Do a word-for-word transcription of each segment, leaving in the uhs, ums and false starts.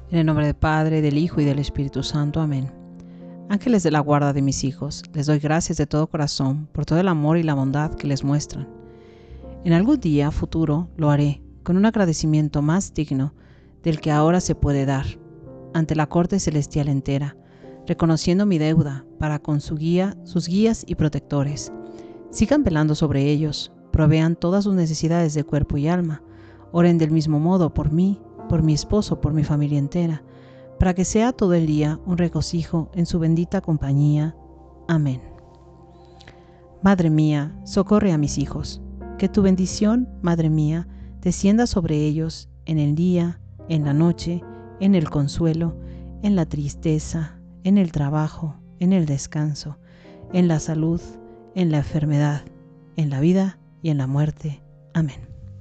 En el nombre del Padre, del Hijo y del Espíritu Santo. Amén. Ángeles de la guarda de mis hijos, les doy gracias de todo corazón por todo el amor y la bondad que les muestran. En algún día futuro lo haré con un agradecimiento más digno del que ahora se puede dar, ante la corte celestial entera, reconociendo mi deuda para con su guía, sus guías y protectores. Sigan velando sobre ellos, provean todas sus necesidades de cuerpo y alma, oren del mismo modo por mí, por mi esposo, por mi familia entera, para que sea todo el día un regocijo en su bendita compañía. Amén. Madre mía, socorre a mis hijos. Que tu bendición, Madre mía, descienda sobre ellos en el día, en la noche, en el consuelo, en la tristeza, en el trabajo, en el descanso, en la salud, en la enfermedad, en la vida y en la muerte. Amén.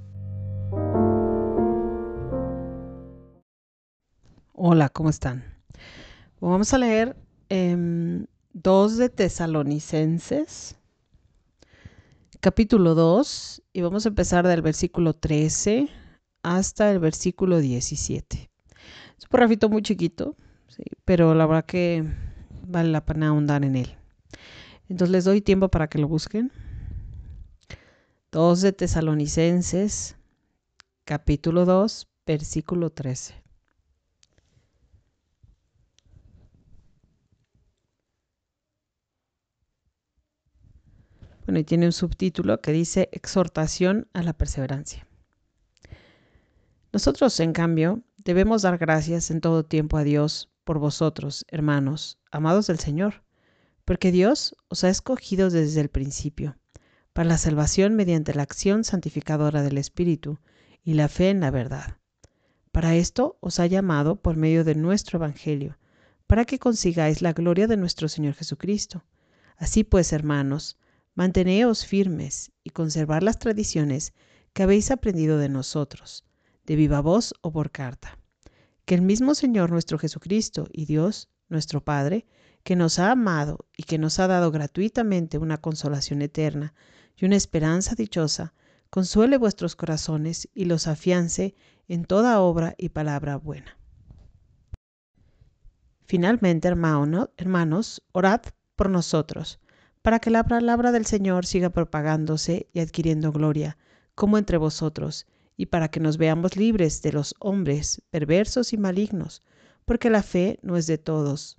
Hola, ¿cómo están? Bueno, vamos a leer eh, dos de Tesalonicenses, capítulo dos, y vamos a empezar del versículo trece hasta el versículo diecisiete. Es un párrafito muy chiquito, ¿sí? Pero la verdad que vale la pena ahondar en él. Entonces les doy tiempo para que lo busquen. dos de Tesalonicenses, capítulo dos, versículo trece. Bueno, y tiene un subtítulo que dice Exhortación a la perseverancia. Nosotros, en cambio, debemos dar gracias en todo tiempo a Dios por vosotros, hermanos, amados del Señor, porque Dios os ha escogido desde el principio, para la salvación mediante la acción santificadora del Espíritu y la fe en la verdad. Para esto os ha llamado por medio de nuestro Evangelio, para que consigáis la gloria de nuestro Señor Jesucristo. Así pues, hermanos, manteneos firmes y conservad las tradiciones que habéis aprendido de nosotros, de viva voz o por carta. Que el mismo Señor nuestro Jesucristo y Dios, nuestro Padre, que nos ha amado y que nos ha dado gratuitamente una consolación eterna y una esperanza dichosa, consuele vuestros corazones y los afiance en toda obra y palabra buena. Finalmente, hermano, hermanos, orad por nosotros, para que la palabra del Señor siga propagándose y adquiriendo gloria, como entre vosotros, y para que nos veamos libres de los hombres perversos y malignos, porque la fe no es de todos.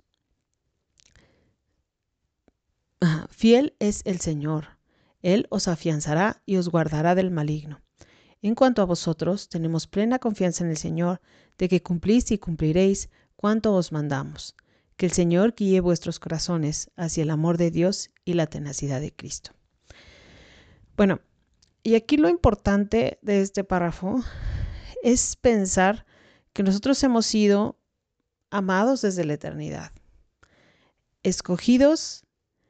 Fiel es el Señor, Él os afianzará y os guardará del maligno. En cuanto a vosotros, tenemos plena confianza en el Señor, de que cumplís y cumpliréis cuanto os mandamos. Que el Señor guíe vuestros corazones hacia el amor de Dios y la tenacidad de Cristo. Bueno, y aquí lo importante de este párrafo es pensar que nosotros hemos sido amados desde la eternidad, escogidos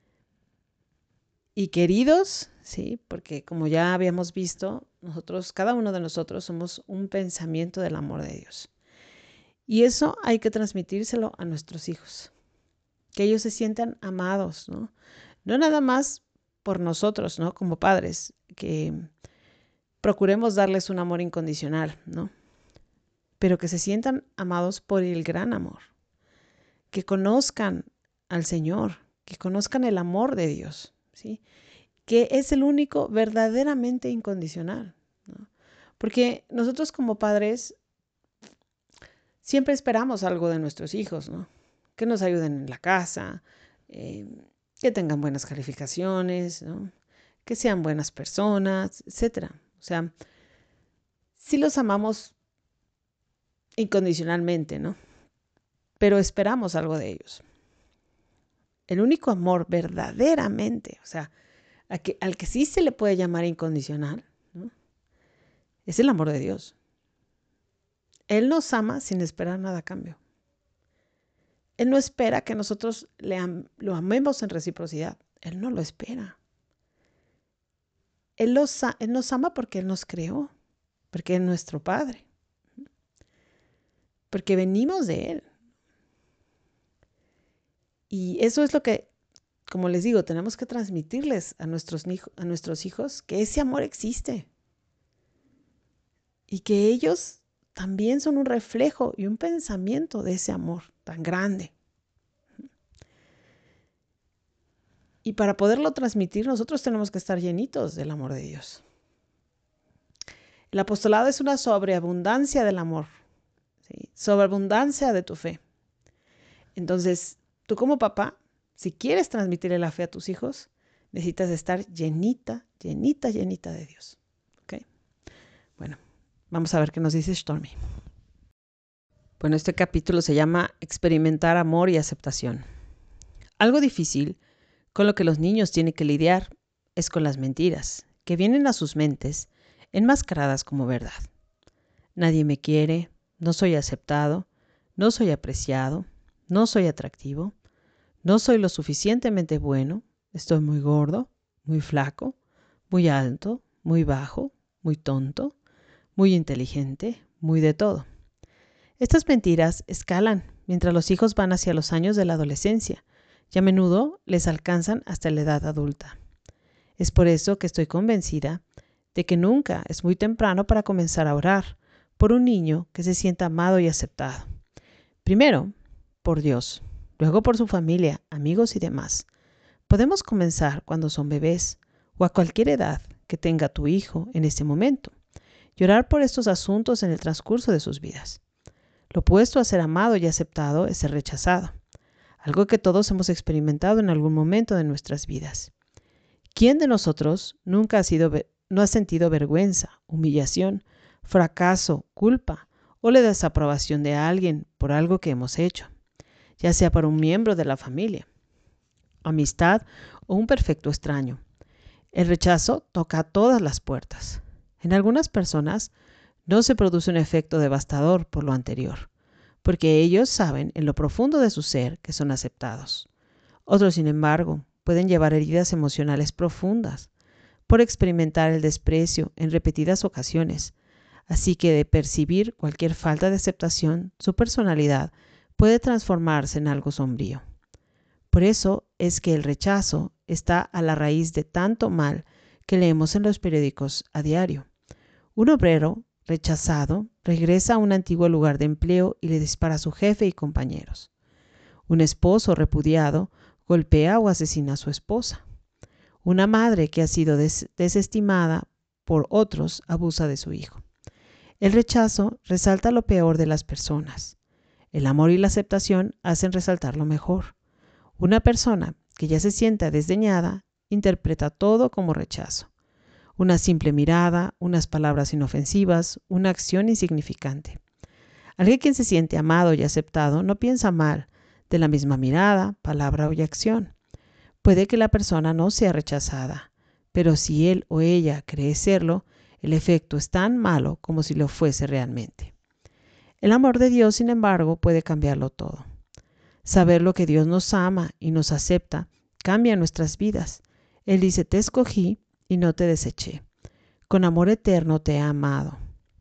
y queridos, ¿sí? Porque como ya habíamos visto, nosotros, cada uno de nosotros somos un pensamiento del amor de Dios. Y eso hay que transmitírselo a nuestros hijos, que ellos se sientan amados, ¿no? No nada más por nosotros, ¿no? Como padres, que procuremos darles un amor incondicional, ¿no? Pero que se sientan amados por el gran amor, que conozcan al Señor, que conozcan el amor de Dios, ¿sí? Que es el único verdaderamente incondicional, ¿no? Porque nosotros como padres siempre esperamos algo de nuestros hijos, ¿no? Que nos ayuden en la casa, eh, que tengan buenas calificaciones, ¿no? Que sean buenas personas, etcétera. O sea, sí los amamos incondicionalmente, ¿no? Pero esperamos algo de ellos. El único amor verdaderamente, o sea, al que, al que sí se le puede llamar incondicional, ¿no? Es el amor de Dios. Él nos ama sin esperar nada a cambio. Él no espera que nosotros le am- lo amemos en reciprocidad. Él no lo espera. Él, los, él nos ama porque Él nos creó, porque es nuestro Padre, porque venimos de Él. Y eso es lo que, como les digo, tenemos que transmitirles a nuestros, a nuestros hijos, que ese amor existe y que ellos también son un reflejo y un pensamiento de ese amor tan grande. Y para poderlo transmitir, nosotros tenemos que estar llenitos del amor de Dios. El apostolado es una sobreabundancia del amor, ¿sí? Sobreabundancia de tu fe. Entonces, tú como papá, si quieres transmitirle la fe a tus hijos, necesitas estar llenita, llenita, llenita de Dios. ¿Ok? Bueno, vamos a ver qué nos dice Stormy. Bueno, este capítulo se llama Experimentar amor y aceptación. Algo difícil con lo que los niños tienen que lidiar es con las mentiras que vienen a sus mentes enmascaradas como verdad. Nadie me quiere, no soy aceptado, no soy apreciado, no soy atractivo, no soy lo suficientemente bueno, estoy muy gordo, muy flaco, muy alto, muy bajo, muy tonto, muy inteligente, muy de todo. Estas mentiras escalan mientras los hijos van hacia los años de la adolescencia y a menudo les alcanzan hasta la edad adulta. Es por eso que estoy convencida de que nunca es muy temprano para comenzar a orar por un niño que se sienta amado y aceptado. Primero, por Dios, luego por su familia, amigos y demás. Podemos comenzar cuando son bebés o a cualquier edad que tenga tu hijo en este momento y orar por estos asuntos en el transcurso de sus vidas. Lo opuesto a ser amado y aceptado es ser rechazado, algo que todos hemos experimentado en algún momento de nuestras vidas. ¿Quién de nosotros nunca ha sido, no ha sentido vergüenza, humillación, fracaso, culpa o la desaprobación de alguien por algo que hemos hecho, ya sea por un miembro de la familia, amistad o un perfecto extraño? El rechazo toca a todas las puertas. En algunas personas no se produce un efecto devastador por lo anterior, porque ellos saben en lo profundo de su ser que son aceptados. Otros, sin embargo, pueden llevar heridas emocionales profundas por experimentar el desprecio en repetidas ocasiones. Así que de percibir cualquier falta de aceptación, su personalidad puede transformarse en algo sombrío. Por eso es que el rechazo está a la raíz de tanto mal que leemos en los periódicos a diario. Un obrero rechazado regresa a un antiguo lugar de empleo y le dispara a su jefe y compañeros. Un esposo repudiado golpea o asesina a su esposa. Una madre que ha sido des- desestimada por otros abusa de su hijo. El rechazo resalta lo peor de las personas. El amor y la aceptación hacen resaltar lo mejor. Una persona que ya se sienta desdeñada interpreta todo como rechazo. Una simple mirada, unas palabras inofensivas, una acción insignificante. Alguien que se siente amado y aceptado no piensa mal de la misma mirada, palabra o acción. Puede que la persona no sea rechazada, pero si él o ella cree serlo, el efecto es tan malo como si lo fuese realmente. El amor de Dios, sin embargo, puede cambiarlo todo. Saber lo que Dios nos ama y nos acepta cambia nuestras vidas. Él dice, te escogí y no te deseché. Con amor eterno te he amado.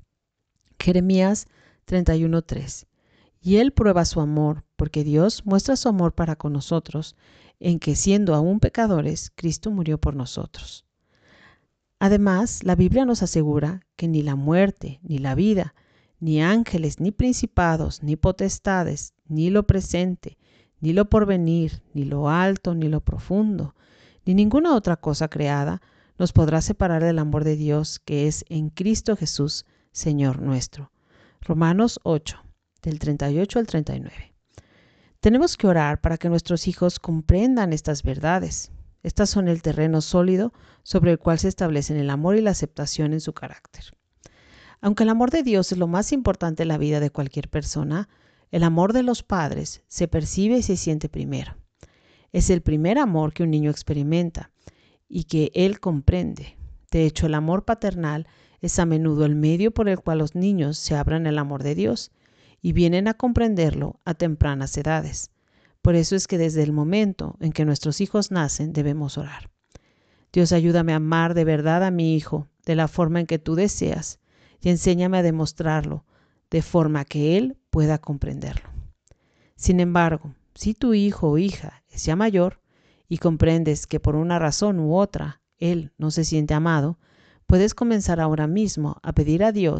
Jeremías treinta y uno tres. Y Él prueba su amor, porque Dios muestra su amor para con nosotros, en que siendo aún pecadores, Cristo murió por nosotros. Además, la Biblia nos asegura que ni la muerte, ni la vida, ni ángeles, ni principados, ni potestades, ni lo presente, ni lo porvenir, ni lo alto, ni lo profundo, ni ninguna otra cosa creada nos podrá separar del amor de Dios que es en Cristo Jesús, Señor nuestro. Romanos ocho, del treinta y ocho al treinta y nueve. Tenemos que orar para que nuestros hijos comprendan estas verdades. Estas son el terreno sólido sobre el cual se establecen el amor y la aceptación en su carácter. Aunque el amor de Dios es lo más importante en la vida de cualquier persona, el amor de los padres se percibe y se siente primero. Es el primer amor que un niño experimenta y que él comprende. De hecho, el amor paternal es a menudo el medio por el cual los niños se abran al amor de Dios y vienen a comprenderlo a tempranas edades. Por eso es que desde el momento en que nuestros hijos nacen debemos orar. Dios, ayúdame a amar de verdad a mi hijo de la forma en que tú deseas y enséñame a demostrarlo de forma que él pueda comprenderlo. Sin embargo, si tu hijo o hija es ya mayor y comprendes que por una razón u otra él no se siente amado, puedes comenzar ahora mismo a pedir a Dios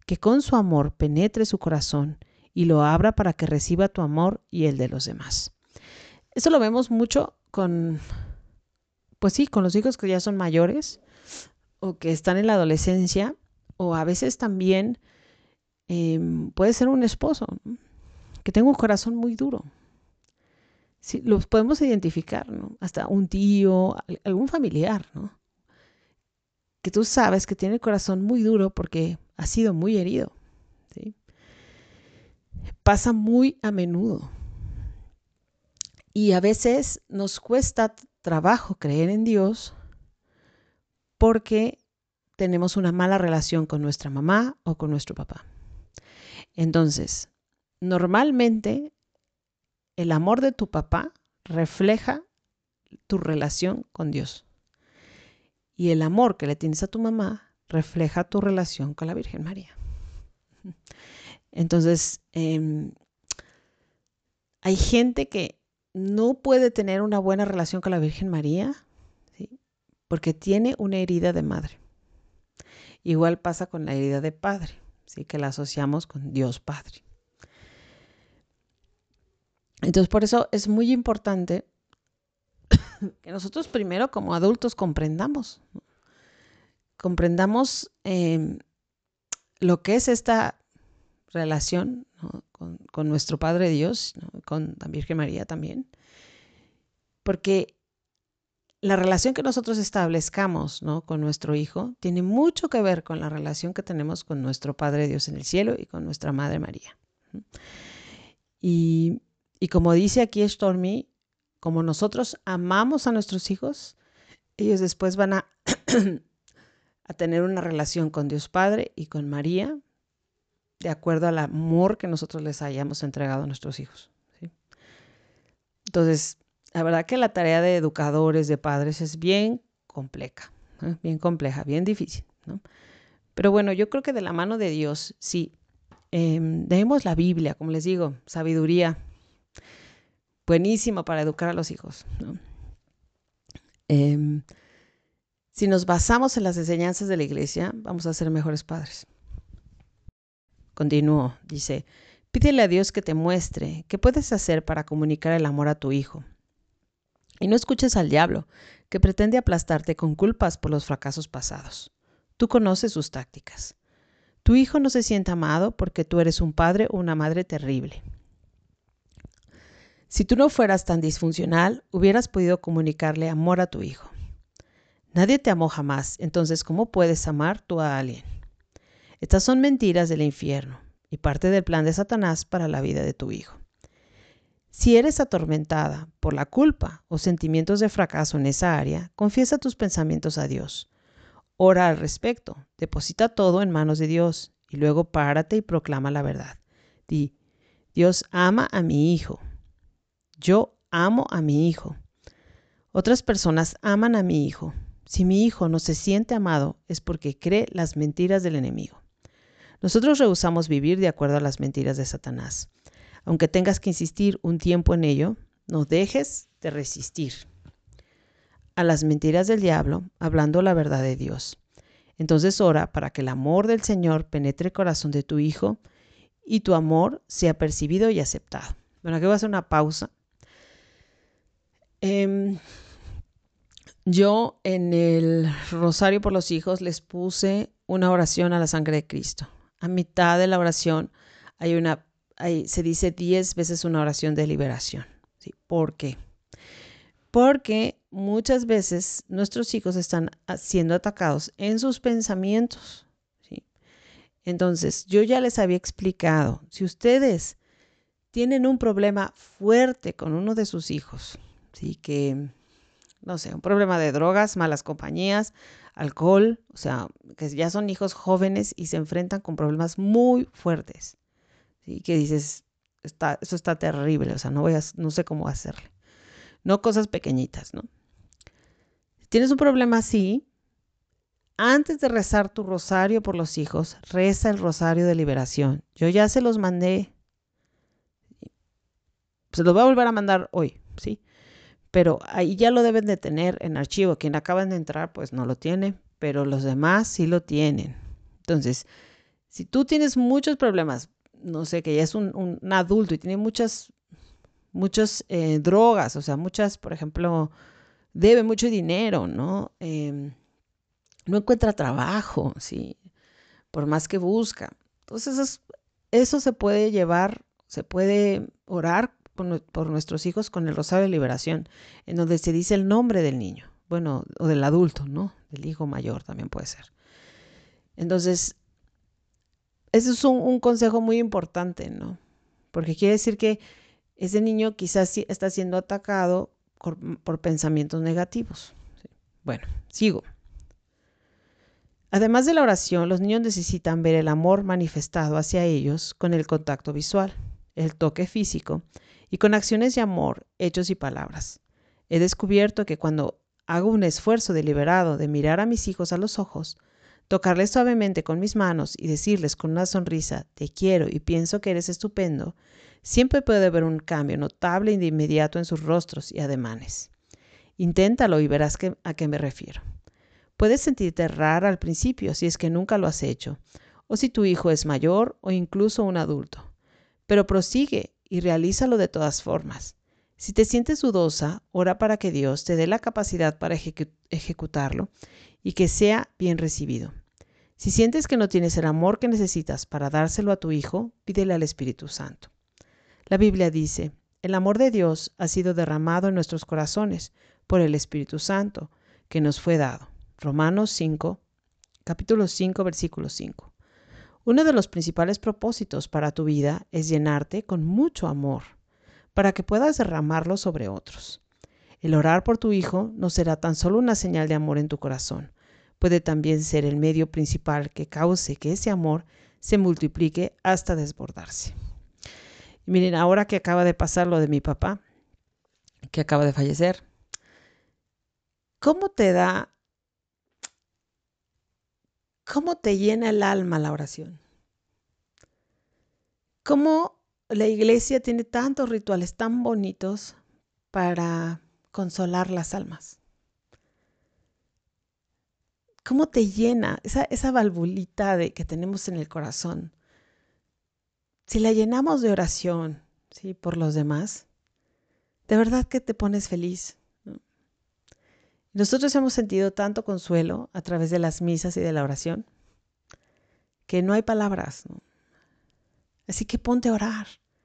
que con su amor penetre su corazón y lo abra para que reciba tu amor y el de los demás. Eso lo vemos mucho con, pues sí, con los hijos que ya son mayores o que están en la adolescencia, o a veces también eh, puede ser un esposo, ¿no?, que tenga un corazón muy duro. Sí, los podemos identificar, ¿no? Hasta un tío, algún familiar, ¿no?, que tú sabes que tiene el corazón muy duro porque ha sido muy herido, ¿sí? Pasa muy a menudo. Y a veces nos cuesta trabajo creer en Dios porque tenemos una mala relación con nuestra mamá o con nuestro papá. Entonces, normalmente el amor de tu papá refleja tu relación con Dios. Y el amor que le tienes a tu mamá refleja tu relación con la Virgen María. Entonces, eh, hay gente que no puede tener una buena relación con la Virgen María, ¿sí?, porque tiene una herida de madre. Igual pasa con la herida de padre, ¿sí?, que la asociamos con Dios Padre. Entonces, por eso es muy importante que nosotros primero como adultos comprendamos, ¿no? comprendamos eh, lo que es esta relación, ¿no?, con, con nuestro Padre Dios, ¿no?, con la Virgen María también, porque la relación que nosotros establezcamos, ¿no?, con nuestro hijo tiene mucho que ver con la relación que tenemos con nuestro Padre Dios en el cielo y con nuestra Madre María. Y, y como dice aquí Stormy, como nosotros amamos a nuestros hijos, ellos después van a, a tener una relación con Dios Padre y con María, de acuerdo al amor que nosotros les hayamos entregado a nuestros hijos, ¿sí? Entonces, la verdad que la tarea de educadores, de padres, es bien compleja, ¿no?, bien compleja, bien difícil, ¿no? Pero bueno, yo creo que de la mano de Dios, sí, eh, leemos la Biblia, como les digo, sabiduría, buenísima para educar a los hijos, ¿no? Eh, si nos basamos en las enseñanzas de la iglesia, vamos a ser mejores padres. Continúo, dice, pídele a Dios que te muestre qué puedes hacer para comunicar el amor a tu hijo. Y no escuches al diablo, que pretende aplastarte con culpas por los fracasos pasados. Tú conoces sus tácticas. Tu hijo no se siente amado porque tú eres un padre o una madre terrible. Si tú no fueras tan disfuncional, hubieras podido comunicarle amor a tu hijo. Nadie te amó jamás, entonces ¿cómo puedes amar tú a alguien? Estas son mentiras del infierno y parte del plan de Satanás para la vida de tu hijo. Si eres atormentada por la culpa o sentimientos de fracaso en esa área, confiesa tus pensamientos a Dios. Ora al respecto, deposita todo en manos de Dios y luego párate y proclama la verdad. Di, Dios ama a mi hijo. Yo amo a mi hijo. Otras personas aman a mi hijo. Si mi hijo no se siente amado, es porque cree las mentiras del enemigo. Nosotros rehusamos vivir de acuerdo a las mentiras de Satanás. Aunque tengas que insistir un tiempo en ello, no dejes de resistir a las mentiras del diablo, hablando la verdad de Dios. Entonces ora para que el amor del Señor penetre el corazón de tu hijo y tu amor sea percibido y aceptado. Bueno, aquí voy a hacer una pausa. Eh, yo en el Rosario por los Hijos les puse una oración a la sangre de Cristo. A mitad de la oración hay una, hay, se dice diez veces una oración de liberación. ¿Sí? ¿Por qué? Porque muchas veces nuestros hijos están siendo atacados en sus pensamientos, ¿sí? Entonces, yo ya les había explicado, si ustedes tienen un problema fuerte con uno de sus hijos, ¿sí?, que, no sé, un problema de drogas, malas compañías, alcohol, o sea, que ya son hijos jóvenes y se enfrentan con problemas muy fuertes, ¿sí?, que dices, está, eso está terrible, o sea, no voy a, no sé cómo hacerle. No cosas pequeñitas, ¿no? Si tienes un problema así, antes de rezar tu rosario por los hijos, reza el rosario de liberación. Yo ya se los mandé. Se los voy a volver a mandar hoy, ¿sí? Pero ahí ya lo deben de tener en archivo. Quien acaban de entrar, pues no lo tiene, pero los demás sí lo tienen. Entonces, Si tú tienes muchos problemas, no sé, que ya es un, un, un adulto y tiene muchas, muchas eh, drogas, o sea, muchas, por ejemplo, debe mucho dinero, ¿no? Eh, no encuentra trabajo, ¿sí? Por más que busca. Entonces, eso, eso se puede llevar, se puede orar por, por nuestros hijos con el Rosario de Liberación, en donde se dice el nombre del niño, bueno, o del adulto, ¿no? Del hijo mayor también puede ser. Entonces, ese es un, un consejo muy importante, ¿no? Porque quiere decir que ese niño quizás está siendo atacado por, por pensamientos negativos. ¿Sí? Bueno, sigo. Además de la oración, los niños necesitan ver el amor manifestado hacia ellos con el contacto visual, el toque físico y con acciones de amor, hechos y palabras. He descubierto que cuando hago un esfuerzo deliberado de mirar a mis hijos a los ojos, tocarles suavemente con mis manos y decirles con una sonrisa, te quiero y pienso que eres estupendo, siempre puede haber un cambio notable y de inmediato en sus rostros y ademanes. Inténtalo y verás que, a qué me refiero. Puedes sentirte rara al principio si es que nunca lo has hecho, o si tu hijo es mayor o incluso un adulto. Pero prosigue y realízalo de todas formas. Si te sientes dudosa, ora para que Dios te dé la capacidad para ejecu- ejecutarlo y que sea bien recibido. Si sientes que no tienes el amor que necesitas para dárselo a tu hijo, pídele al Espíritu Santo. La Biblia dice, el amor de Dios ha sido derramado en nuestros corazones por el Espíritu Santo que nos fue dado. Romanos cinco, capítulo cinco, versículo cinco. Uno de los principales propósitos para tu vida es llenarte con mucho amor, para que puedas derramarlo sobre otros. El orar por tu hijo no será tan solo una señal de amor en tu corazón, puede también ser el medio principal que cause que ese amor se multiplique hasta desbordarse. Y miren, ahora que acaba de pasar lo de mi papá, que acaba de fallecer, ¿cómo te da ¿Cómo te llena el alma la oración? ¿Cómo la iglesia tiene tantos rituales tan bonitos para consolar las almas? ¿Cómo te llena esa, esa valvulita de, que tenemos en el corazón? Si la llenamos de oración, ¿sí? Por los demás, de verdad que te pones feliz, ¿no? Nosotros hemos sentido tanto consuelo a través de las misas y de la oración que no hay palabras, ¿no? Así que ponte a orar.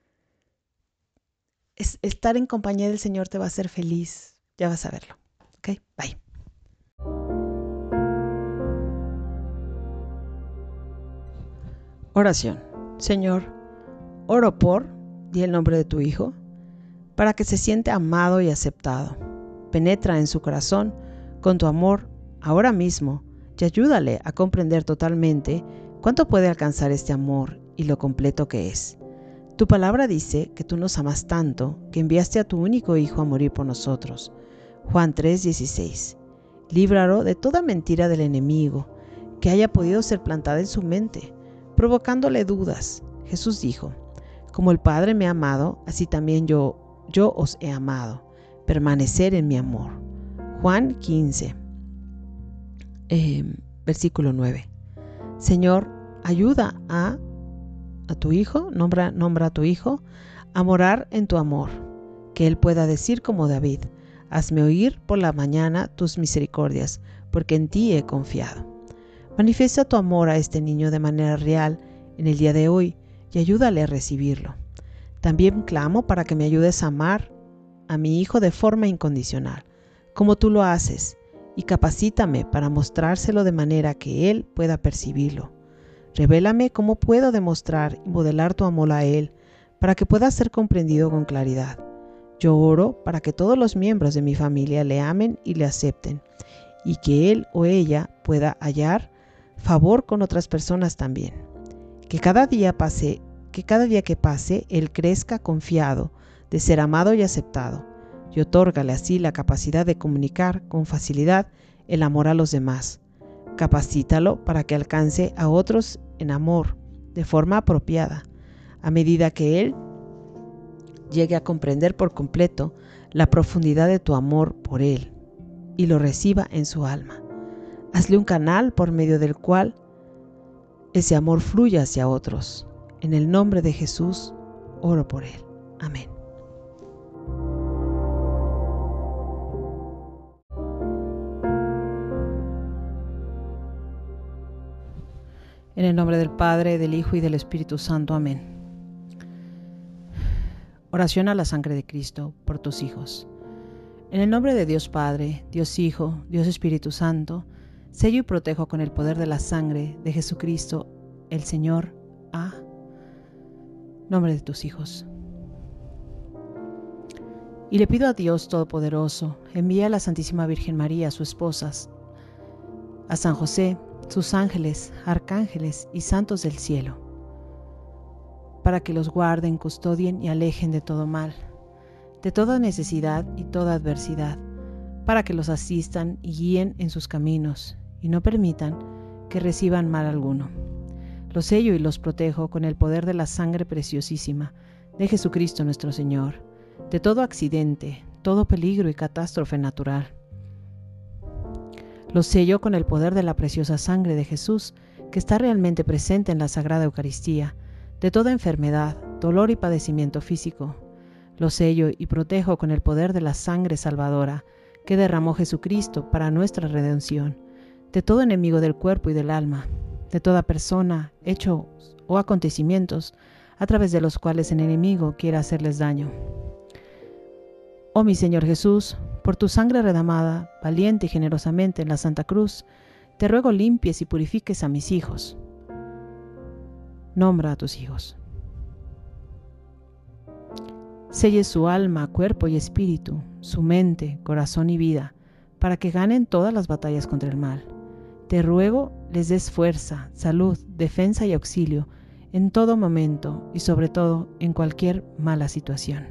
Es, estar en compañía del Señor te va a hacer feliz. Ya vas a verlo. Ok, bye. Oración. Señor, oro por, di el nombre de tu Hijo, para que se siente amado y aceptado. Penetra en su corazón con tu amor ahora mismo y ayúdale a comprender totalmente cuánto puede alcanzar este amor y lo completo que es. Tu palabra dice que tú nos amas tanto que enviaste a tu único Hijo a morir por nosotros. Juan tres dieciséis. Líbralo de toda mentira del enemigo que haya podido ser plantada en su mente, provocándole dudas. Jesús dijo, como el Padre me ha amado, así también yo, yo os he amado. Permanecer en mi amor. Juan quince, eh, versículo nueve. Señor, ayuda a, a tu Hijo, nombra, nombra a tu Hijo, a morar en tu amor, que Él pueda decir como David, hazme oír por la mañana tus misericordias, porque en ti he confiado. Manifiesta tu amor a este niño de manera real en el día de hoy y ayúdale a recibirlo. También clamo para que me ayudes a amar a mi hijo de forma incondicional, como tú lo haces, y capacítame para mostrárselo de manera que él pueda percibirlo. Revélame cómo puedo demostrar y modelar tu amor a él, para que pueda ser comprendido con claridad. Yo oro para que todos los miembros de mi familia le amen y le acepten, y que él o ella pueda hallar favor con otras personas también. Que cada día pase, que cada día que pase, él crezca confiado de ser amado y aceptado, y otórgale así la capacidad de comunicar con facilidad el amor a los demás. Capacítalo para que alcance a otros en amor de forma apropiada, a medida que él llegue a comprender por completo la profundidad de tu amor por él y lo reciba en su alma. Hazle un canal por medio del cual ese amor fluya hacia otros. En el nombre de Jesús, oro por él. Amén. En el nombre del Padre, del Hijo y del Espíritu Santo. Amén. Oración a la sangre de Cristo por tus hijos. En el nombre de Dios Padre, Dios Hijo, Dios Espíritu Santo, sello y protejo con el poder de la sangre de Jesucristo, el Señor, a nombre de tus hijos. Y le pido a Dios Todopoderoso, envíe a la Santísima Virgen María, su esposa, a San José, sus ángeles, arcángeles y santos del cielo, para que los guarden, custodien y alejen de todo mal, de toda necesidad y toda adversidad, para que los asistan y guíen en sus caminos, y no permitan que reciban mal alguno. Los sello y los protejo con el poder de la sangre preciosísima de Jesucristo nuestro Señor, de todo accidente, todo peligro y catástrofe natural. Los sello con el poder de la preciosa sangre de Jesús, que está realmente presente en la Sagrada Eucaristía, de toda enfermedad, dolor y padecimiento físico. Los sello y protejo con el poder de la sangre salvadora, que derramó Jesucristo para nuestra redención, de todo enemigo del cuerpo y del alma, de toda persona, hecho o acontecimientos a través de los cuales el enemigo quiera hacerles daño. Oh mi Señor Jesús, por tu sangre redamada, valiente y generosamente en la Santa Cruz, te ruego limpies y purifiques a mis hijos. Nombra a tus hijos. Selle su alma, cuerpo y espíritu, su mente, corazón y vida, para que ganen todas las batallas contra el mal. Te ruego les des fuerza, salud, defensa y auxilio en todo momento y sobre todo en cualquier mala situación.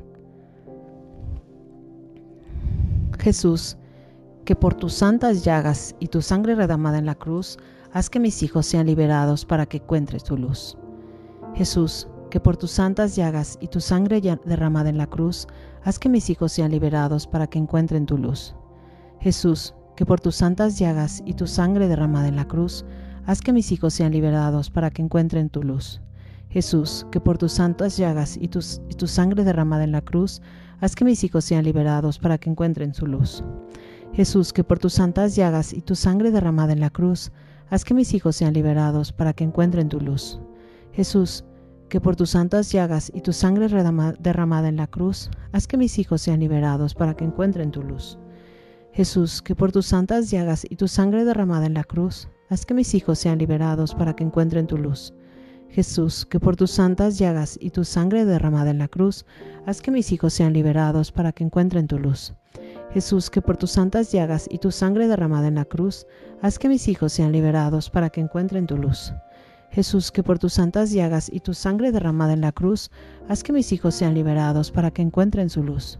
Jesús, que por tus santas llagas y tu sangre redamada en la cruz, haz que mis hijos sean liberados para que encuentres tu luz. Jesús, que por tus santas llagas y tu sangre derramada en la cruz, haz que mis hijos sean liberados para que encuentren tu luz. Jesús, que por tus santas llagas y tu sangre derramada en la cruz, haz que mis hijos sean liberados para que encuentren tu luz. Jesús, que por tus santas llagas y, tus, y tu sangre derramada en la cruz, haz que mis hijos sean liberados para que encuentren su luz. Jesús, que por tus santas llagas y tu sangre derramada en la cruz, haz que mis hijos sean liberados para que encuentren tu luz. Jesús, que por tus santas llagas y tu sangre derramada en la cruz, haz que mis hijos sean liberados para que encuentren tu luz. Jesús, que por tus santas llagas y tu sangre derramada en la cruz, haz que mis hijos sean liberados para que encuentren tu luz. Jesús, que por tus santas llagas y tu sangre derramada en la cruz, haz que mis hijos sean liberados para que encuentren tu luz. Jesús, que por tus santas llagas y tu sangre derramada en la cruz, haz que mis hijos sean liberados para que encuentren tu luz. Jesús, que por tus santas llagas y tu sangre derramada en la cruz, haz que mis hijos sean liberados para que encuentren su luz.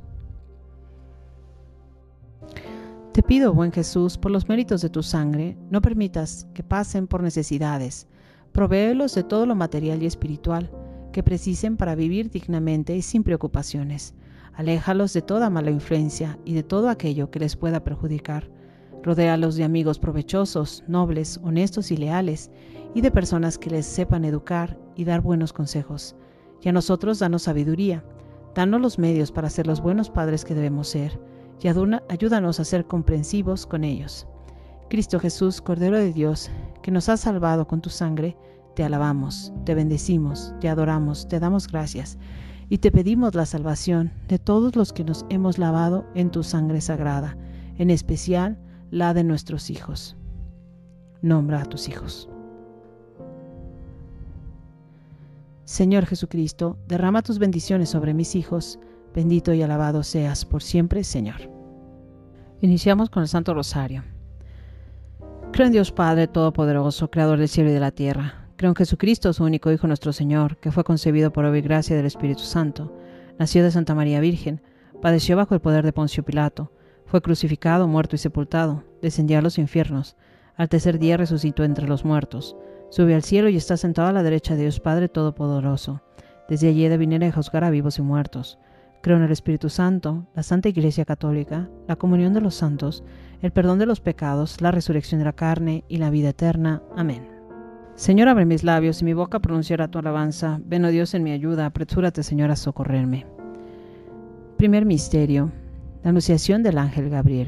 Te pido, buen Jesús, por los méritos de tu sangre, no permitas que pasen por necesidades. Provéelos de todo lo material y espiritual que precisen para vivir dignamente y sin preocupaciones. Aléjalos de toda mala influencia y de todo aquello que les pueda perjudicar. Rodéalos de amigos provechosos, nobles, honestos y leales, y de personas que les sepan educar y dar buenos consejos. Y a nosotros danos sabiduría, danos los medios para ser los buenos padres que debemos ser, y ayúdanos a ser comprensivos con ellos. Cristo Jesús, Cordero de Dios, que nos has salvado con tu sangre, te alabamos, te bendecimos, te adoramos, te damos gracias, y te pedimos la salvación de todos los que nos hemos lavado en tu sangre sagrada, en especial la de nuestros hijos. Nombra a tus hijos. Señor Jesucristo, derrama tus bendiciones sobre mis hijos. Bendito y alabado seas por siempre, Señor. Iniciamos con el Santo Rosario. Creo en Dios Padre Todopoderoso, Creador del cielo y de la tierra. Creo en Jesucristo, su único Hijo, nuestro Señor, que fue concebido por obra y gracia del Espíritu Santo. Nació de Santa María Virgen, padeció bajo el poder de Poncio Pilato, fue crucificado, muerto y sepultado, descendió a los infiernos. Al tercer día resucitó entre los muertos. Subió al cielo y está sentado a la derecha de Dios Padre Todopoderoso. Desde allí ha de venir a juzgar a vivos y muertos. Creo en el Espíritu Santo, la Santa Iglesia Católica, la comunión de los santos, el perdón de los pecados, la resurrección de la carne y la vida eterna. Amén. Señor, abre mis labios y mi boca pronunciará tu alabanza. Ven, oh Dios, en mi ayuda. Apresúrate, Señor, a socorrerme. Primer misterio: la anunciación del ángel Gabriel.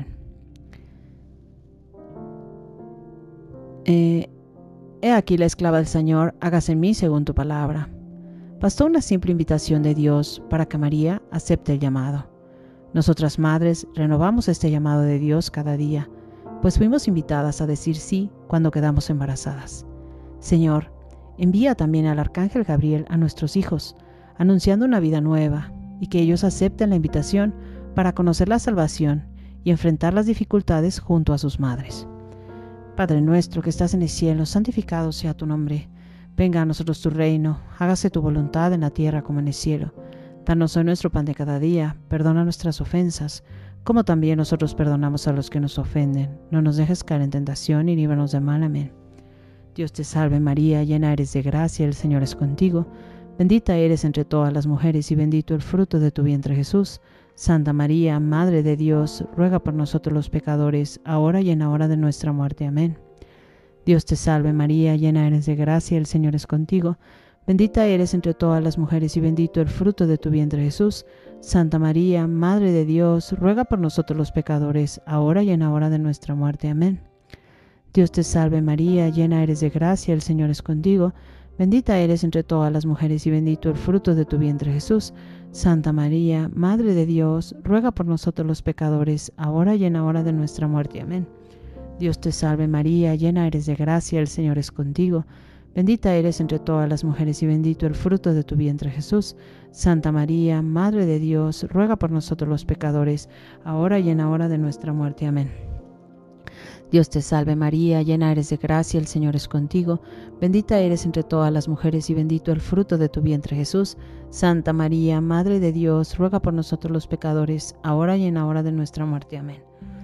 Eh, He aquí la esclava del Señor, hágase en mí según tu palabra. Bastó una simple invitación de Dios para que María acepte el llamado. Nosotras madres renovamos este llamado de Dios cada día, pues fuimos invitadas a decir sí cuando quedamos embarazadas. Señor, envía también al arcángel Gabriel a nuestros hijos, anunciando una vida nueva, y que ellos acepten la invitación para conocer la salvación y enfrentar las dificultades junto a sus madres. Padre nuestro que estás en el cielo, santificado sea tu nombre. Venga a nosotros tu reino, hágase tu voluntad en la tierra como en el cielo. Danos hoy nuestro pan de cada día, perdona nuestras ofensas, como también nosotros perdonamos a los que nos ofenden. No nos dejes caer en tentación y líbranos del mal. Amén. Dios te salve María, llena eres de gracia, el Señor es contigo. Bendita eres entre todas las mujeres y bendito el fruto de tu vientre Jesús. Santa María, Madre de Dios, ruega por nosotros los pecadores, ahora y en la hora de nuestra muerte. Amén. Dios te salve María, llena eres de gracia, el Señor es contigo. Bendita eres entre todas las mujeres y bendito el fruto de tu vientre Jesús. Santa María, Madre de Dios, ruega por nosotros los pecadores, ahora y en la hora de nuestra muerte. Amén. Dios te salve María, llena eres de gracia, el Señor es contigo. Bendita eres entre todas las mujeres y bendito el fruto de tu vientre Jesús. Santa María, Madre de Dios, ruega por nosotros los pecadores, ahora y en la hora de nuestra muerte. Amén. Dios te salve María, llena eres de gracia, el Señor es contigo. Bendita eres entre todas las mujeres y bendito el fruto de tu vientre Jesús. Santa María, Madre de Dios, ruega por nosotros los pecadores, ahora y en la hora de nuestra muerte. Amén. Dios te salve María, llena eres de gracia, el Señor es contigo. Bendita eres entre todas las mujeres y bendito el fruto de tu vientre Jesús. Santa María, Madre de Dios, ruega por nosotros los pecadores, ahora y en la hora de nuestra muerte. Amén.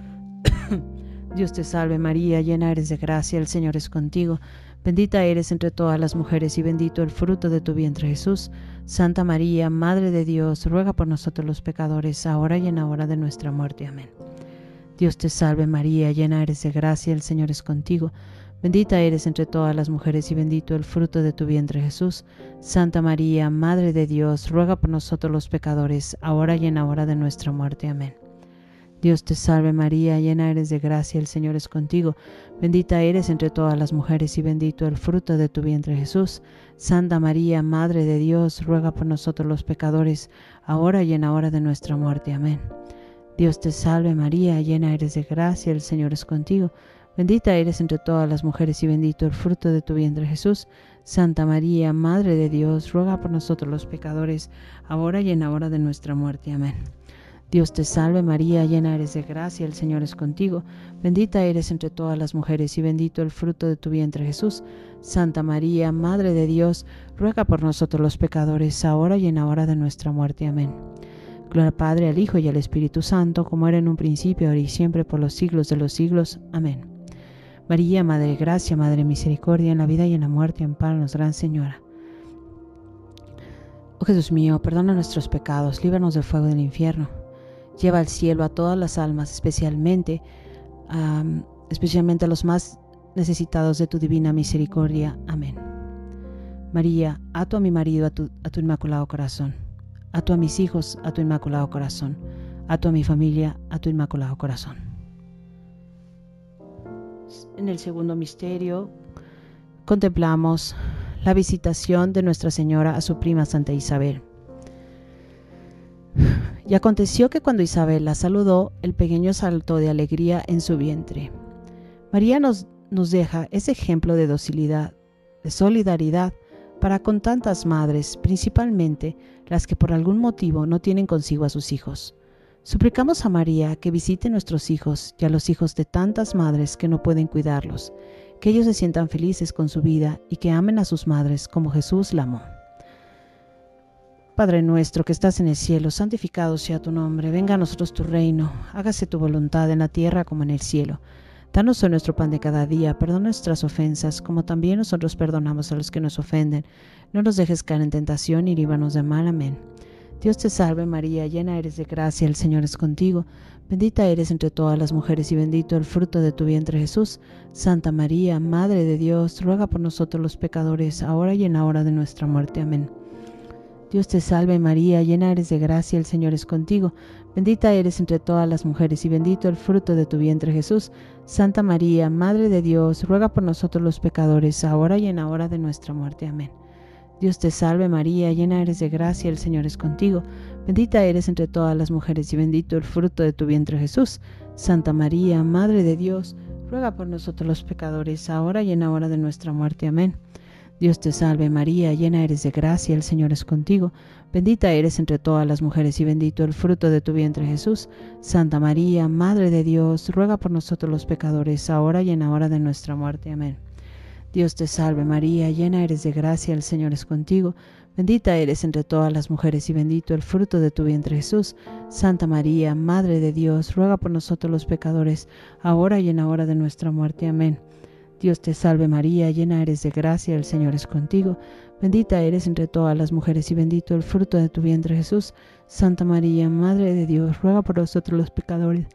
Dios te salve María, llena eres de gracia, el Señor es contigo. Bendita eres entre todas las mujeres y bendito el fruto de tu vientre Jesús. Santa María, Madre de Dios, ruega por nosotros los pecadores, ahora y en la hora de nuestra muerte. Amén. Dios te salve María, llena eres de gracia, el Señor es contigo. Bendita eres entre todas las mujeres y bendito el fruto de tu vientre Jesús. Santa María, Madre de Dios, ruega por nosotros los pecadores, ahora y en la hora de nuestra muerte. Amén. Dios te salve María, llena eres de gracia, el Señor es contigo. Bendita eres entre todas las mujeres y bendito el fruto de tu vientre Jesús. Santa María, Madre de Dios, ruega por nosotros los pecadores, ahora y en la hora de nuestra muerte. Amén. Dios te salve María, llena eres de gracia, el Señor es contigo. Bendita eres entre todas las mujeres y bendito el fruto de tu vientre Jesús. Santa María, Madre de Dios, ruega por nosotros los pecadores, ahora y en la hora de nuestra muerte. Amén. Dios te salve María, llena eres de gracia, el Señor es contigo. Bendita eres entre todas las mujeres y bendito el fruto de tu vientre Jesús. Santa María, Madre de Dios, ruega por nosotros los pecadores, ahora y en la hora de nuestra muerte. Amén. Gloria al Padre, al Hijo y al Espíritu Santo, como era en un principio, ahora y siempre, por los siglos de los siglos. Amén. María, Madre de Gracia, Madre de Misericordia, en la vida y en la muerte, ampáranos, Gran Señora. Oh Jesús mío, perdona nuestros pecados, líbranos del fuego del infierno. Lleva al cielo a todas las almas, especialmente, um, especialmente a los más necesitados de tu divina misericordia. Amén. María, ato a mi marido a tu, a tu inmaculado corazón. Ato a mis hijos a tu inmaculado corazón. Ato a mi familia a tu inmaculado corazón. En el segundo misterio contemplamos la visitación de Nuestra Señora a su prima Santa Isabel. Y aconteció que cuando Isabel la saludó, el pequeño saltó de alegría en su vientre. María nos, nos deja ese ejemplo de docilidad, de solidaridad para con tantas madres, principalmente las que por algún motivo no tienen consigo a sus hijos. Suplicamos a María que visite nuestros hijos y a los hijos de tantas madres que no pueden cuidarlos, que ellos se sientan felices con su vida y que amen a sus madres como Jesús la amó. Padre nuestro que estás en el cielo, santificado sea tu nombre, venga a nosotros tu reino, hágase tu voluntad en la tierra como en el cielo. Danos hoy nuestro pan de cada día, perdona nuestras ofensas, como también nosotros perdonamos a los que nos ofenden. No nos dejes caer en tentación y líbranos del mal. Amén. Dios te salve María, llena eres de gracia, el Señor es contigo. Bendita eres entre todas las mujeres y bendito el fruto de tu vientre Jesús. Santa María, Madre de Dios, ruega por nosotros los pecadores, ahora y en la hora de nuestra muerte. Amén. Dios te salve María, llena eres de gracia, el Señor es contigo. Bendita eres entre todas las mujeres y bendito el fruto de tu vientre Jesús. Santa María, Madre de Dios, ruega por nosotros los pecadores, ahora y en la hora de nuestra muerte. Amén. Dios te salve María, llena eres de gracia, el Señor es contigo. Bendita eres entre todas las mujeres y bendito el fruto de tu vientre Jesús. Santa María, Madre de Dios, ruega por nosotros los pecadores, ahora y en la hora de nuestra muerte. Amén. Dios te salve María, llena eres de gracia, el Señor es contigo. Bendita eres entre todas las mujeres y bendito el fruto de tu vientre Jesús. Santa María, Madre de Dios, ruega por nosotros los pecadores, ahora y en la hora de nuestra muerte. Amén. Dios te salve María, llena eres de gracia, el Señor es contigo. Bendita eres entre todas las mujeres y bendito el fruto de tu vientre Jesús. Santa María, Madre de Dios, ruega por nosotros los pecadores, ahora y en la hora de nuestra muerte. Amén. Dios te salve María, llena eres de gracia, el Señor es contigo. Bendita eres entre todas las mujeres y bendito el fruto de tu vientre Jesús. Santa María, Madre de Dios, ruega por nosotros los pecadores,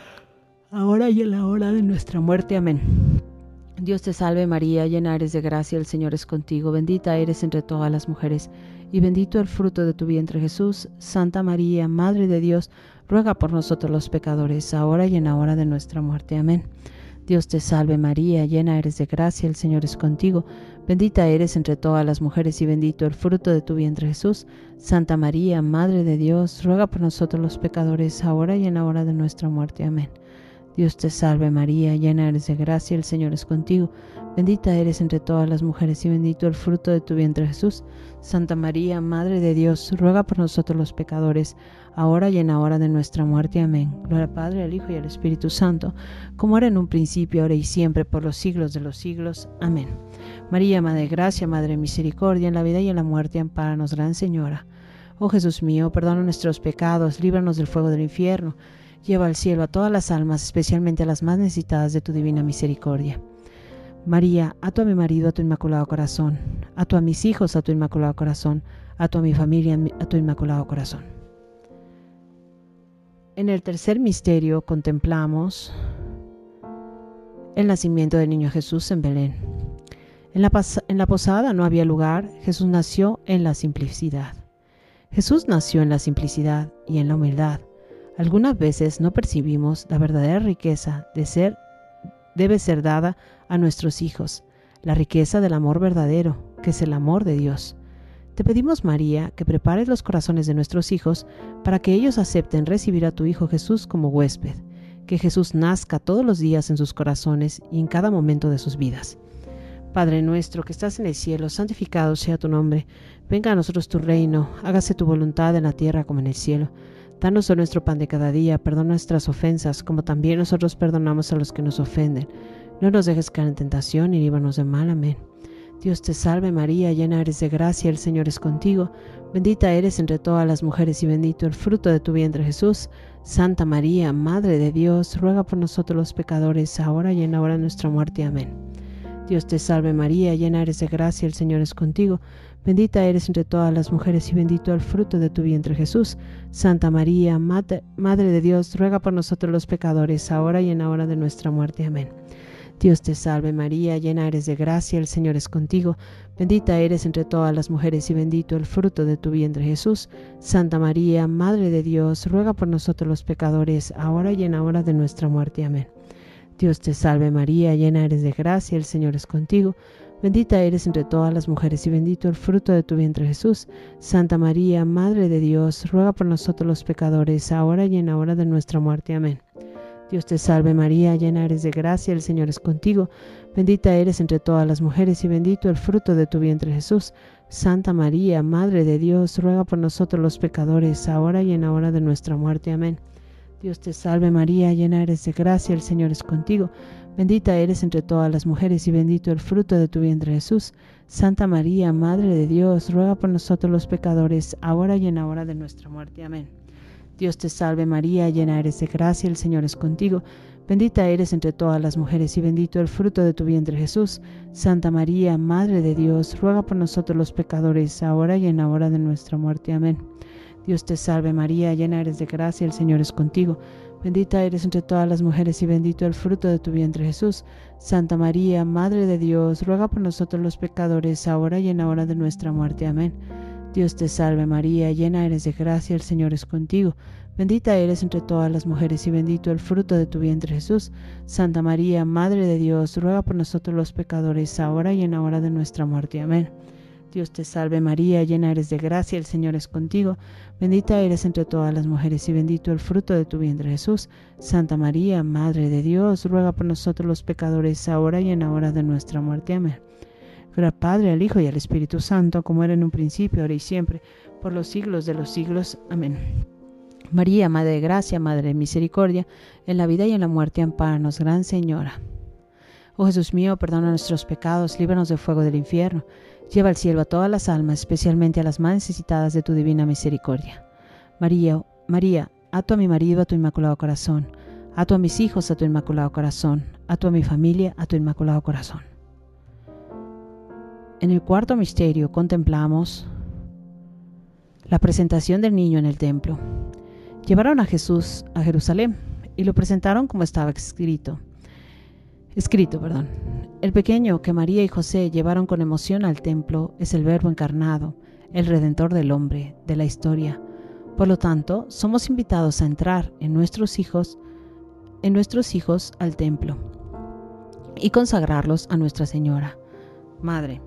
ahora y en la hora de nuestra muerte. Amén. Dios te salve María, llena eres de gracia, el Señor es contigo. Bendita eres entre todas las mujeres y bendito el fruto de tu vientre Jesús. Santa María, Madre de Dios, ruega por nosotros los pecadores, ahora y en la hora de nuestra muerte. Amén. Dios te salve María, llena eres de gracia, el Señor es contigo. Bendita eres entre todas las mujeres y bendito el fruto de tu vientre Jesús. Santa María, Madre de Dios, ruega por nosotros los pecadores, ahora y en la hora de nuestra muerte. Amén. Dios te salve María, llena eres de gracia, el Señor es contigo. Bendita eres entre todas las mujeres y bendito el fruto de tu vientre Jesús. Santa María, Madre de Dios, ruega por nosotros los pecadores, ahora y en la hora de nuestra muerte. Amén. Gloria al Padre, al Hijo y al Espíritu Santo, como era en un principio, ahora y siempre, por los siglos de los siglos. Amén. María, Madre de Gracia, Madre de Misericordia, en la vida y en la muerte, ampáranos, Gran Señora. Oh Jesús mío, perdona nuestros pecados, líbranos del fuego del infierno, lleva al cielo a todas las almas, especialmente a las más necesitadas de tu divina misericordia. María, ato a mi marido, a tu inmaculado corazón, ato a mis hijos, a tu inmaculado corazón, ato a mi familia, a tu inmaculado corazón. En el tercer misterio contemplamos el nacimiento del niño Jesús en Belén. En la, en la posada no había lugar, Jesús nació en la simplicidad. Jesús nació en la simplicidad y en la humildad. Algunas veces no percibimos la verdadera riqueza de ser, debe ser dada a nuestros hijos, la riqueza del amor verdadero, que es el amor de Dios. Te pedimos, María, que prepares los corazones de nuestros hijos para que ellos acepten recibir a tu Hijo Jesús como huésped, que Jesús nazca todos los días en sus corazones y en cada momento de sus vidas. Padre nuestro que estás en el cielo, santificado sea tu nombre. Venga a nosotros tu reino, hágase tu voluntad en la tierra como en el cielo. Danos hoy nuestro pan de cada día, perdona nuestras ofensas, como también nosotros perdonamos a los que nos ofenden. No nos dejes caer en tentación y líbranos del mal. Amén. Dios te salve María, llena eres de gracia, el Señor es contigo. Bendita eres entre todas las mujeres y bendito el fruto de tu vientre Jesús. Santa María, Madre de Dios, ruega por nosotros los pecadores, ahora y en la hora de nuestra muerte. Amén. Dios te salve María, llena eres de gracia, el Señor es contigo. Bendita eres entre todas las mujeres y bendito el fruto de tu vientre Jesús. Santa María, Madre, Madre de Dios, ruega por nosotros los pecadores, ahora y en la hora de nuestra muerte. Amén. Dios te salve María, llena eres de gracia, el Señor es contigo. Bendita eres entre todas las mujeres y bendito el fruto de tu vientre Jesús. Santa María, Madre de Dios, ruega por nosotros los pecadores, ahora y en la hora de nuestra muerte. Amén. Dios te salve María, llena eres de gracia, el Señor es contigo. Bendita eres entre todas las mujeres y bendito el fruto de tu vientre Jesús. Santa María, Madre de Dios, ruega por nosotros los pecadores, ahora y en la hora de nuestra muerte. Amén. Dios te salve María, llena eres de gracia, el Señor es contigo. Bendita eres entre todas las mujeres y bendito el fruto de tu vientre Jesús. Santa María, Madre de Dios, ruega por nosotros los pecadores, ahora y en la hora de nuestra muerte. Amén. Dios te salve María, llena eres de gracia, el Señor es contigo. Bendita eres entre todas las mujeres y bendito el fruto de tu vientre Jesús. Santa María, Madre de Dios, ruega por nosotros los pecadores, ahora y en la hora de nuestra muerte. Amén. Dios te salve María, llena eres de gracia, el Señor es contigo. Bendita eres entre todas las mujeres y bendito el fruto de tu vientre Jesús. Santa María, Madre de Dios, ruega por nosotros los pecadores, ahora y en la hora de nuestra muerte. Amén. Dios te salve María, llena eres de gracia, el Señor es contigo. Bendita eres entre todas las mujeres y bendito el fruto de tu vientre Jesús. Santa María, Madre de Dios, ruega por nosotros los pecadores, ahora y en la hora de nuestra muerte. Amén. Dios te salve María, llena eres de gracia, el Señor es contigo. Bendita eres entre todas las mujeres y bendito el fruto de tu vientre Jesús. Santa María, Madre de Dios, ruega por nosotros los pecadores, ahora y en la hora de nuestra muerte. Amén. Dios te salve María, llena eres de gracia, el Señor es contigo. Bendita eres entre todas las mujeres y bendito el fruto de tu vientre Jesús. Santa María, Madre de Dios, ruega por nosotros los pecadores, ahora y en la hora de nuestra muerte. Amén. Gloria al Padre, al Hijo y al Espíritu Santo, como era en un principio, ahora y siempre, por los siglos de los siglos. Amén. María, Madre de Gracia, Madre de Misericordia, en la vida y en la muerte, ampáranos, Gran Señora. Oh Jesús mío, perdona nuestros pecados, líbranos del fuego del infierno, lleva al cielo a todas las almas, especialmente a las más necesitadas de tu divina misericordia. María, María, ato a mi marido a tu inmaculado corazón, ato a mis hijos a tu inmaculado corazón, ato a mi familia a tu inmaculado corazón. En el cuarto misterio contemplamos la presentación del niño en el templo. Llevaron a Jesús a Jerusalén y lo presentaron como estaba escrito. Escrito, perdón. El pequeño que María y José llevaron con emoción al templo es el Verbo encarnado, el Redentor del hombre, de la historia. Por lo tanto, somos invitados a entrar en nuestros hijos, en nuestros hijos al templo y consagrarlos a Nuestra Señora. Madre,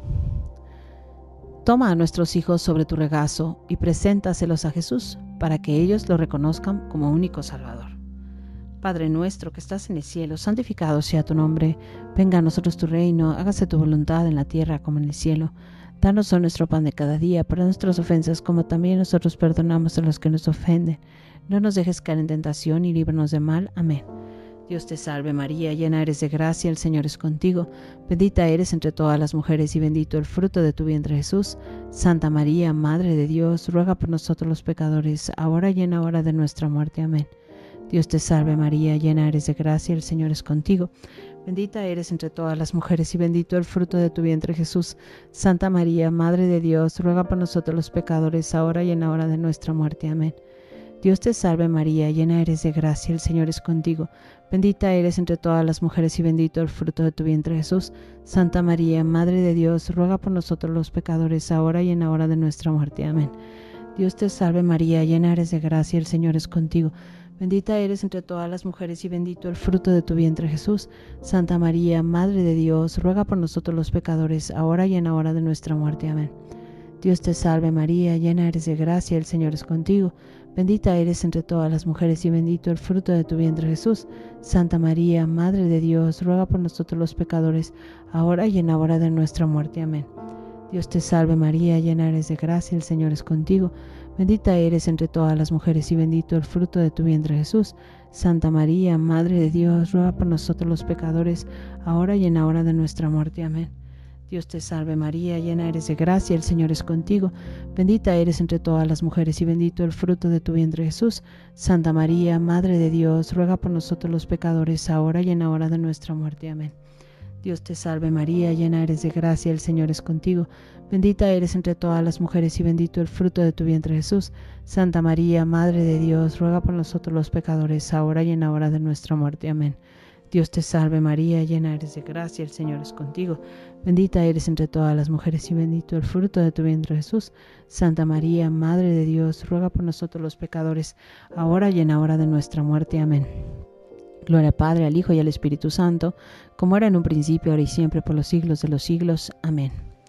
toma a nuestros hijos sobre tu regazo y preséntaselos a Jesús para que ellos lo reconozcan como único Salvador. Padre nuestro que estás en el cielo, santificado sea tu nombre. Venga a nosotros tu reino, hágase tu voluntad en la tierra como en el cielo. Danos hoy nuestro pan de cada día, perdona nuestras ofensas como también nosotros perdonamos a los que nos ofenden. No nos dejes caer en tentación y líbranos de mal. Amén. Dios te salve María, llena eres de gracia, el Señor es contigo. Bendita eres entre todas las mujeres y bendito el fruto de tu vientre Jesús. Santa María, Madre de Dios, ruega por nosotros los pecadores, ahora y en la hora de nuestra muerte. Amén. Dios te salve María, llena eres de gracia, el Señor es contigo. Bendita eres entre todas las mujeres y bendito el fruto de tu vientre Jesús. Santa María, Madre de Dios, ruega por nosotros los pecadores, ahora y en la hora de nuestra muerte. Amén. Dios te salve María, llena eres de gracia, el Señor es contigo. Bendita eres entre todas las mujeres y bendito el fruto de tu vientre Jesús. Santa María, Madre de Dios, ruega por nosotros los pecadores, ahora y en la hora de nuestra muerte. Amén. Dios te salve María, llena eres de gracia, el Señor es contigo. Bendita eres entre todas las mujeres y bendito el fruto de tu vientre Jesús. Santa María, Madre de Dios, ruega por nosotros los pecadores, ahora y en la hora de nuestra muerte. Amén. Dios te salve María, llena eres de gracia, el Señor es contigo. Bendita eres entre todas las mujeres y bendito el fruto de tu vientre Jesús. Santa María, Madre de Dios, ruega por nosotros los pecadores, ahora y en la hora de nuestra muerte. Amén. Dios te salve María, llena eres de gracia, el Señor es contigo. Bendita eres entre todas las mujeres y bendito el fruto de tu vientre Jesús. Santa María, Madre de Dios, ruega por nosotros los pecadores, ahora y en la hora de nuestra muerte. Amén. Dios te salve María, llena eres de gracia, el Señor es contigo. Bendita eres entre todas las mujeres y bendito el fruto de tu vientre Jesús. Santa María, Madre de Dios, ruega por nosotros los pecadores, ahora y en la hora de nuestra muerte. Amén. Dios te salve María, llena eres de gracia, el Señor es contigo. Bendita eres entre todas las mujeres y bendito el fruto de tu vientre Jesús. Santa María, Madre de Dios, ruega por nosotros los pecadores, ahora y en la hora de nuestra muerte. Amén. Dios te salve María, llena eres de gracia, el Señor es contigo. Bendita eres entre todas las mujeres y bendito el fruto de tu vientre Jesús. Santa María, Madre de Dios, ruega por nosotros los pecadores, ahora y en la hora de nuestra muerte. Amén. Gloria al Padre, al Hijo y al Espíritu Santo, como era en un principio, ahora y siempre, por los siglos de los siglos. Amén.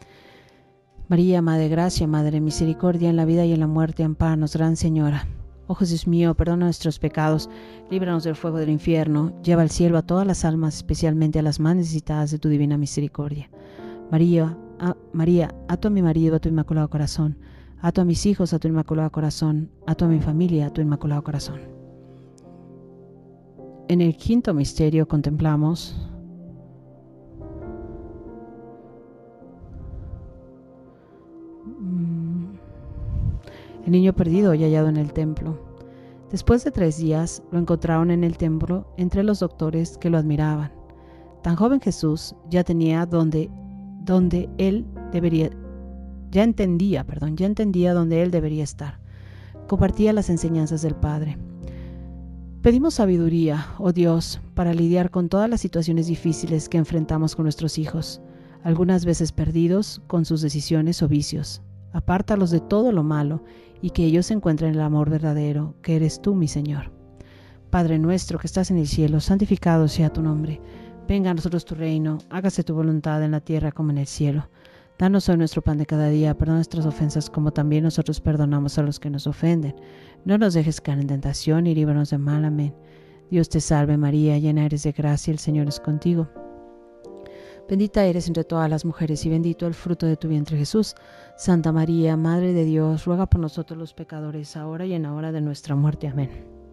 María, Madre de Gracia, Madre de Misericordia, en la vida y en la muerte, ampáranos, Gran Señora. Oh Jesús mío, perdona nuestros pecados, líbranos del fuego del infierno, lleva al cielo a todas las almas, especialmente a las más necesitadas de tu divina misericordia. María, a, María, ato a mi marido a tu inmaculado corazón, ato a mis hijos a tu inmaculado corazón, ato a mi familia a tu inmaculado corazón. En el quinto misterio contemplamos el niño perdido y hallado en el templo. Después de tres días lo encontraron en el templo entre los doctores que lo admiraban. Tan joven Jesús ya tenía donde, donde él debería, ya entendía, perdón, ya entendía dónde él debería estar. compartía las enseñanzas del Padre. Pedimos sabiduría, oh Dios, para lidiar con todas las situaciones difíciles que enfrentamos con nuestros hijos, algunas veces perdidos con sus decisiones o vicios. Apártalos de todo lo malo y que ellos encuentren el amor verdadero, que eres tú, mi Señor. Padre nuestro que estás en el cielo, santificado sea tu nombre. Venga a nosotros tu reino, hágase tu voluntad en la tierra como en el cielo. Danos hoy nuestro pan de cada día, perdona nuestras ofensas como también nosotros perdonamos a los que nos ofenden. No nos dejes caer en tentación y líbranos del mal. Amén. Dios te salve María, llena eres de gracia, el Señor es contigo. Bendita eres entre todas las mujeres y bendito el fruto de tu vientre Jesús. Santa María, Madre de Dios, ruega por nosotros los pecadores, ahora y en la hora de nuestra muerte. Amén.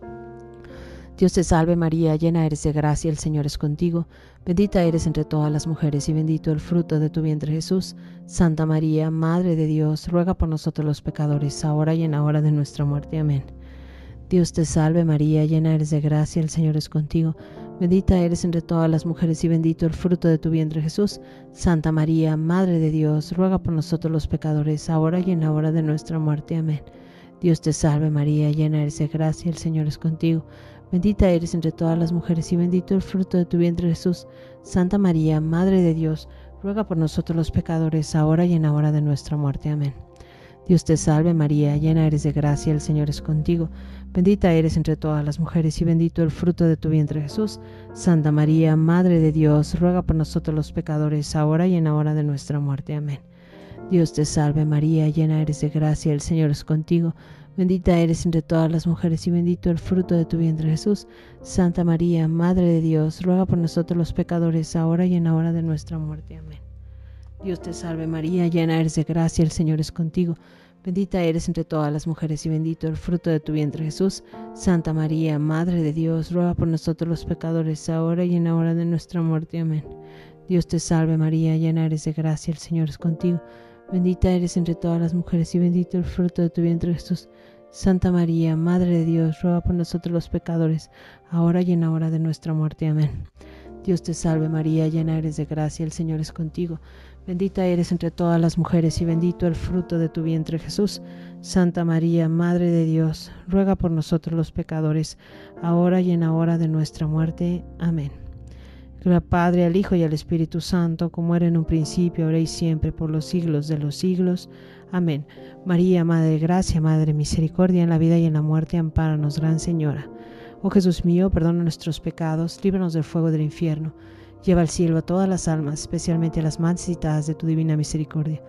Dios te salve María, llena eres de gracia, el Señor es contigo. Bendita eres entre todas las mujeres y bendito el fruto de tu vientre Jesús. Santa María, Madre de Dios, ruega por nosotros los pecadores, ahora y en la hora de nuestra muerte. Amén. Dios te salve María, llena eres de gracia, el Señor es contigo. Bendita eres entre todas las mujeres y bendito el fruto de tu vientre Jesús. Santa María, Madre de Dios, ruega por nosotros los pecadores, ahora y en la hora de nuestra muerte. Amén. Dios te salve María, llena eres de gracia, el Señor es contigo. Bendita eres entre todas las mujeres y bendito el fruto de tu vientre Jesús. Santa María, Madre de Dios, ruega por nosotros los pecadores, ahora y en la hora de nuestra muerte. Amén. Dios te salve María, llena eres de gracia, el Señor es contigo. Bendita eres entre todas las mujeres y bendito el fruto de tu vientre Jesús. Santa María, Madre de Dios, ruega por nosotros los pecadores, ahora y en la hora de nuestra muerte. Amén. Dios te salve María, llena eres de gracia, el Señor es contigo. Bendita eres entre todas las mujeres y bendito el fruto de tu vientre Jesús. Santa María, Madre de Dios, ruega por nosotros los pecadores, ahora y en la hora de nuestra muerte. Amén. Dios te salve María, llena eres de gracia, el Señor es contigo. Bendita eres entre todas las mujeres y bendito el fruto de tu vientre Jesús. Santa María, Madre de Dios, ruega por nosotros los pecadores, ahora y en la hora de nuestra muerte. Amén. Dios te salve María, llena eres de gracia, el Señor es contigo. Bendita eres entre todas las mujeres y bendito el fruto de tu vientre Jesús. Santa María, Madre de Dios, ruega por nosotros los pecadores, ahora y en la hora de nuestra muerte. Amén. Dios te salve María, llena eres de gracia, el Señor es contigo. Bendita eres entre todas las mujeres y bendito el fruto de tu vientre Jesús. Santa María, Madre de Dios, ruega por nosotros los pecadores, ahora y en la hora de nuestra muerte. Amén. Gloria al Padre, al Hijo y al Espíritu Santo, como era en un principio, ahora y siempre, por los siglos de los siglos. Amén. María, Madre de Gracia, Madre de Misericordia, en la vida y en la muerte, ampáranos, Gran Señora. Oh Jesús mío, perdona nuestros pecados, líbranos del fuego del infierno, lleva al cielo a todas las almas, especialmente a las más necesitadas de tu divina misericordia.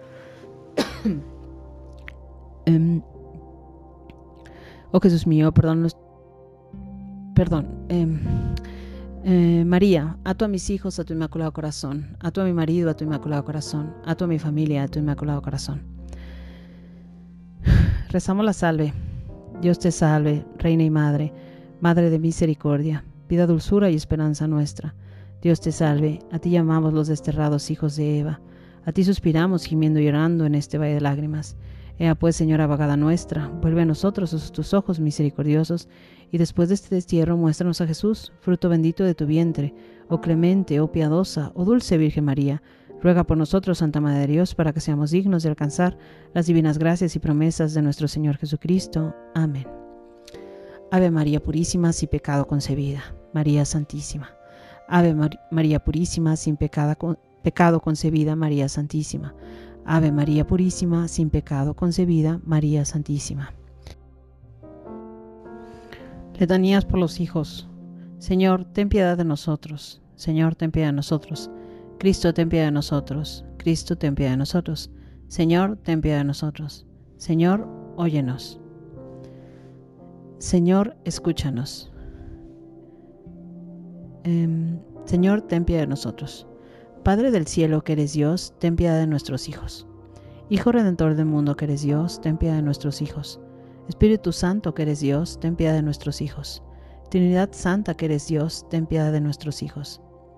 um, oh Jesús mío, perdona Perdón. Um, Eh, María, a tu a mis hijos, a tu inmaculado corazón, a tu a mi marido, a tu inmaculado corazón, a tu a mi familia, a tu inmaculado corazón. Rezamos la salve. Dios te salve, Reina y Madre, Madre de misericordia, vida, dulzura y esperanza nuestra. Dios te salve, a ti llamamos los desterrados hijos de Eva, a ti suspiramos gimiendo y llorando en este valle de lágrimas. Ea pues, Señora abogada nuestra, vuelve a nosotros tus ojos misericordiosos, y después de este destierro muéstranos a Jesús, fruto bendito de tu vientre. Oh clemente, oh piadosa, oh dulce Virgen María, ruega por nosotros, Santa Madre de Dios, para que seamos dignos de alcanzar las divinas gracias y promesas de nuestro Señor Jesucristo. Amén. Ave María Purísima, sin pecado concebida. María Santísima. Ave Mar- María Purísima, sin pecado, con- pecado concebida. María Santísima. Ave María Purísima, sin pecado concebida. María Santísima. Letanías por los hijos. Señor, ten piedad de nosotros. Señor, ten piedad de nosotros. Cristo, ten piedad de nosotros. Cristo, ten piedad de nosotros. Señor, ten piedad de nosotros. Señor, óyenos. Señor, escúchanos. Eh, Señor, ten piedad de nosotros. Padre del cielo, que eres Dios, ten piedad de nuestros hijos. Hijo Redentor del mundo, que eres Dios, ten piedad de nuestros hijos. Espíritu Santo, que eres Dios, ten piedad de nuestros hijos. Trinidad Santa, que eres Dios, ten piedad de nuestros hijos.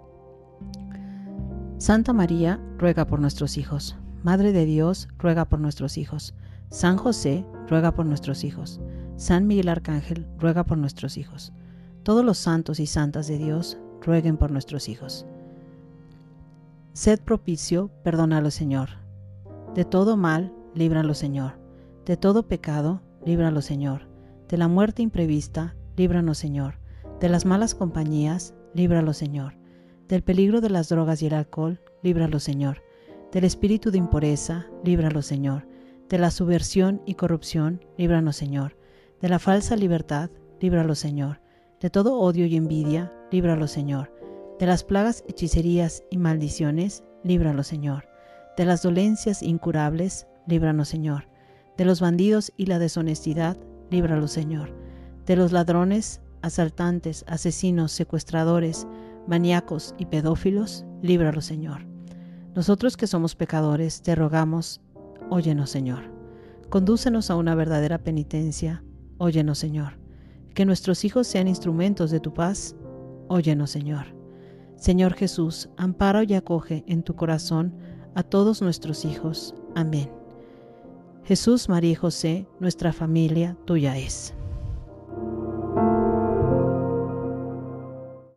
Santa María, ruega por nuestros hijos. Madre de Dios, ruega por nuestros hijos. San José, ruega por nuestros hijos. San Miguel Arcángel, ruega por nuestros hijos. Todos los santos y santas de Dios, rueguen por nuestros hijos. Sed propicio, perdónalo, Señor. De todo mal, líbralo, Señor. De todo pecado, líbralos, Señor. De la muerte imprevista, líbranos, Señor. De las malas compañías, líbralos, Señor. Del peligro de las drogas y el alcohol, líbralos, Señor. Del espíritu de impureza, líbralos, Señor. De la subversión y corrupción, líbranos, Señor. De la falsa libertad, líbralos, Señor. De todo odio y envidia, líbralos, Señor. De las plagas, hechicerías y maldiciones, líbralos, Señor. De las dolencias incurables, líbranos, Señor. De los bandidos y la deshonestidad, líbralos, Señor. De los ladrones, asaltantes, asesinos, secuestradores, maníacos y pedófilos, líbralos, Señor. Nosotros que somos pecadores, te rogamos, óyenos, Señor. Condúcenos a una verdadera penitencia, óyenos, Señor. Que nuestros hijos sean instrumentos de tu paz, óyenos, Señor. Señor Jesús, ampara y acoge en tu corazón a todos nuestros hijos. Amén. Jesús, María y José, nuestra familia tuya es.